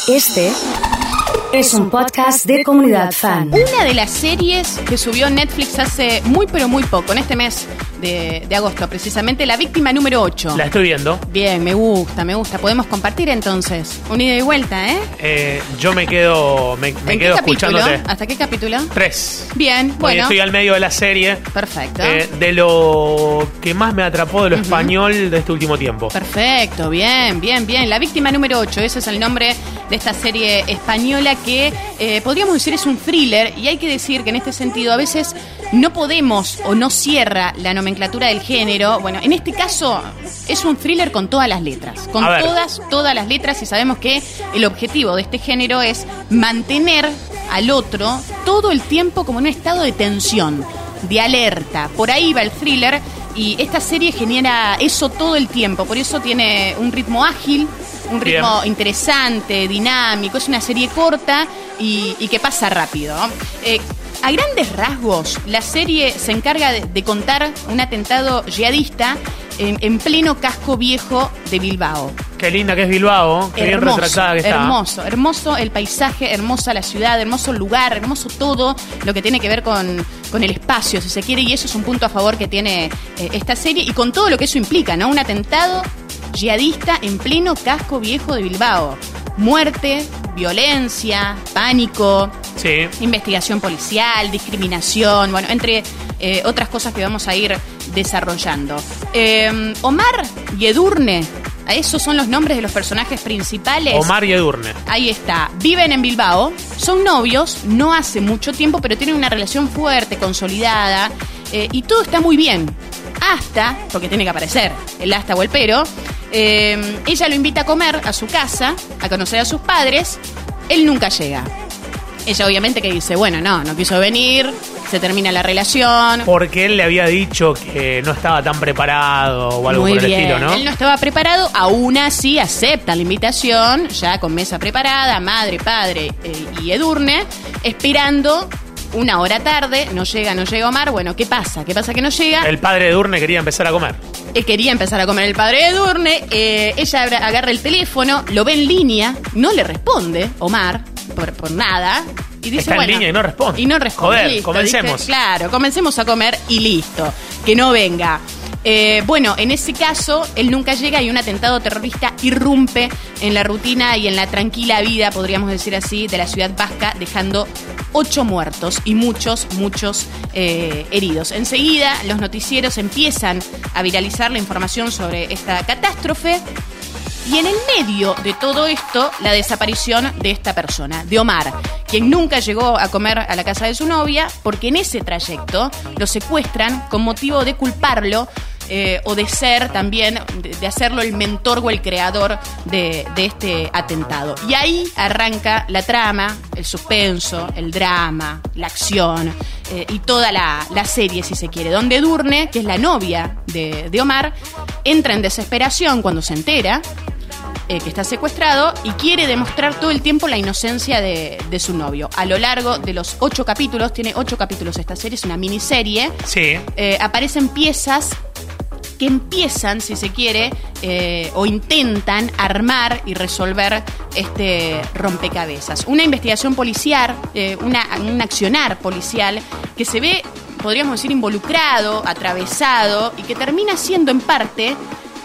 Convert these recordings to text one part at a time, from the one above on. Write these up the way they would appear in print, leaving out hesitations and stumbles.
Este es un podcast de Comunidad Fan. Una de las series que subió Netflix hace muy pero muy poco, en este mes de agosto, precisamente, La Víctima número 8. La estoy viendo. Bien, me gusta. Podemos compartir entonces. Un ida y vuelta, ¿eh? Yo me quedo escuchándote. ¿Hasta qué capítulo? 3. Bien, bueno. Estoy al medio de la serie. Perfecto. De lo que más me atrapó de lo español de este último tiempo. Perfecto, bien. La Víctima número 8, ese es el nombre de esta serie española que podríamos decir es un thriller, y hay que decir que en este sentido a veces no podemos o no cierra la nomenclatura del género. Bueno, en este caso es un thriller con todas las letras, con todas las letras, y sabemos que el objetivo de este género es mantener al otro todo el tiempo como en un estado de tensión, de alerta. Por ahí va el thriller, y esta serie genera eso todo el tiempo, por eso tiene un ritmo ágil, un ritmo interesante, dinámico. Es una serie corta y que pasa rápido. A grandes rasgos, la serie se encarga de contar un atentado yihadista en pleno casco viejo de Bilbao. Qué linda que es Bilbao, qué bien retratada que está. Hermoso el paisaje, hermosa la ciudad, hermoso el lugar, hermoso todo lo que tiene que ver con el espacio, si se quiere, y eso es un punto a favor que tiene esta serie, y con todo lo que eso implica, ¿no? Un atentado yihadista en pleno casco viejo de Bilbao. Muerte, violencia, pánico, investigación policial, discriminación, bueno, entre otras cosas que vamos a ir desarrollando. Omar y Edurne, esos son los nombres de los personajes principales. Omar y Edurne. Ahí está. Viven en Bilbao, son novios, no hace mucho tiempo, pero tienen una relación fuerte, consolidada, y todo está muy bien. Hasta, porque tiene que aparecer el hasta o el pero, ella lo invita a comer a su casa, a conocer a sus padres. Él nunca llega. Ella obviamente que dice, bueno, no quiso venir, se termina la relación. Porque él le había dicho que no estaba tan preparado o algo muy por el bien. estilo, ¿no? Él no estaba preparado, aún así acepta la invitación, ya con mesa preparada, madre, padre y Edurne, esperando. Una hora tarde, no llega Omar. Bueno, ¿qué pasa? ¿Qué pasa que no llega? El padre de Edurne quería empezar a comer. Quería empezar a comer el padre de Edurne. Ella agarra el teléfono, lo ve en línea, no le responde Omar por nada. Y dice, está en línea y no responde. Joder, listo, comencemos. Dice, claro, comencemos a comer y listo. Que no venga. Bueno, en ese caso, él nunca llega y un atentado terrorista irrumpe en la rutina y en la tranquila vida, podríamos decir así, de la ciudad vasca, dejando 8 muertos y muchos heridos. Enseguida, los noticieros empiezan a viralizar la información sobre esta catástrofe. Y en el medio de todo esto, la desaparición de esta persona, de Omar, quien nunca llegó a comer a la casa de su novia, porque en ese trayecto lo secuestran con motivo de culparlo o de ser también, de hacerlo el mentor o el creador de este atentado. Y ahí arranca la trama, el suspenso, el drama, la acción y toda la serie, si se quiere, donde Edurne, que es la novia de Omar, entra en desesperación cuando se entera que está secuestrado y quiere demostrar todo el tiempo la inocencia de su novio. A lo largo de los 8 capítulos, tiene 8 capítulos esta serie, es una miniserie, aparecen piezas que empiezan, si se quiere, o intentan armar y resolver este rompecabezas. Una investigación policial, un accionar policial que se ve, podríamos decir, involucrado, atravesado, y que termina siendo en parte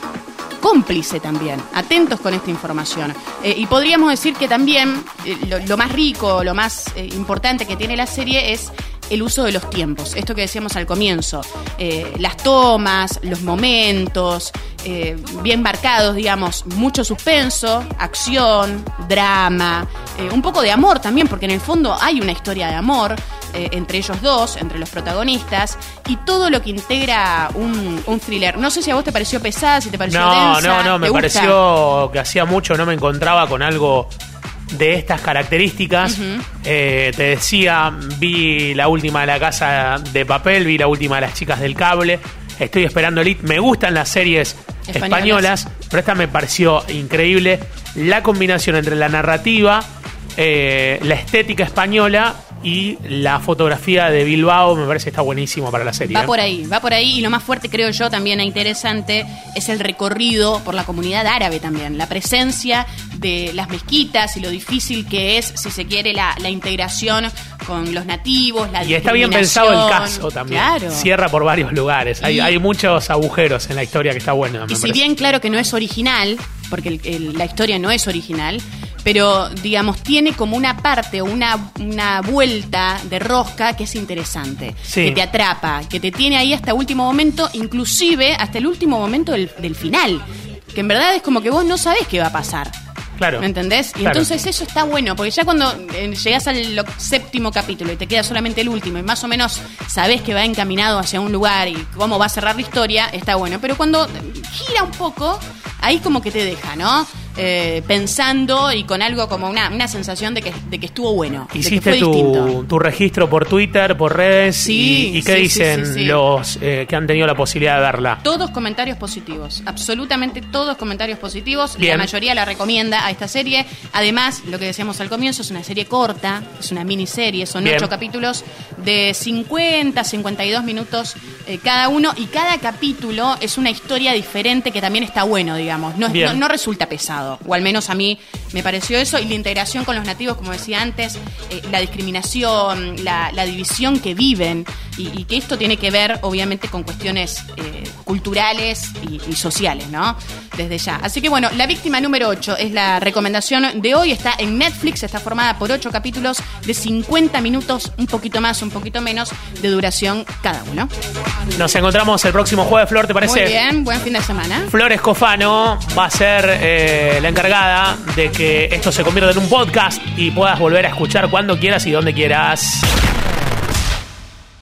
cómplice también. Atentos con esta información. Y podríamos decir que también lo más rico, lo más importante que tiene la serie es el uso de los tiempos. Esto que decíamos al comienzo. Las tomas, los momentos, bien marcados, digamos, mucho suspenso, acción, drama, un poco de amor también, porque en el fondo hay una historia de amor entre ellos dos, entre los protagonistas, y todo lo que integra un thriller. No sé si a vos te pareció pesada, si te pareció densa. No, me pareció que hacía mucho no me encontraba con algo de estas características. Te decía, vi la última de La Casa de Papel, vi la última de Las Chicas del Cable, estoy esperando Elite. Me gustan las series españolas, pero esta me pareció increíble. La combinación entre la narrativa, la estética española y la fotografía de Bilbao me parece que está buenísimo para la serie. Va por ahí, y lo más fuerte creo yo también e interesante es el recorrido por la comunidad árabe también, la presencia de las mezquitas y lo difícil que es, si se quiere, la integración con los nativos, la y está bien pensado el caso también. Claro. Cierra por varios lugares. Hay muchos agujeros en la historia que está buena. Y si bien claro que no es original, porque la historia no es original, pero digamos tiene como una parte o una vuelta de rosca que es interesante, sí, que te atrapa, que te tiene ahí hasta el último momento, inclusive hasta el último momento del final, que en verdad es como que vos no sabés qué va a pasar. Claro. ¿Me entendés? Y claro, entonces eso está bueno, porque ya cuando llegás al 7º capítulo y te queda solamente el último y más o menos sabés que va encaminado hacia un lugar y cómo va a cerrar la historia, está bueno. Pero cuando gira un poco, ahí como que te deja, ¿no? Pensando y con algo como una sensación de que estuvo bueno. Hiciste de que fue distinto. tu registro por Twitter, por redes, sí, y ¿qué dicen los que han tenido la posibilidad de verla? Todos comentarios positivos, absolutamente todos comentarios positivos. Bien. La mayoría la recomienda a esta serie. Además, lo que decíamos al comienzo, es una serie corta, es una miniserie, son Bien. 8 capítulos de 50, 52 minutos cada uno, y cada capítulo es una historia diferente que también está bueno, digamos. No resulta pesado. O al menos a mí me pareció eso, y la integración con los nativos, como decía antes, la discriminación, la división que viven, y que esto tiene que ver obviamente con cuestiones culturales y sociales, ¿no? Desde ya. Así que bueno, La Víctima número 8 es la recomendación de hoy, está en Netflix, está formada por 8 capítulos de 50 minutos, un poquito más, un poquito menos de duración cada uno. Nos encontramos el próximo jueves, Flor, ¿te parece? Muy bien, buen fin de semana. Flor Escofano va a ser la encargada de que esto se convierta en un podcast y puedas volver a escuchar cuando quieras y donde quieras.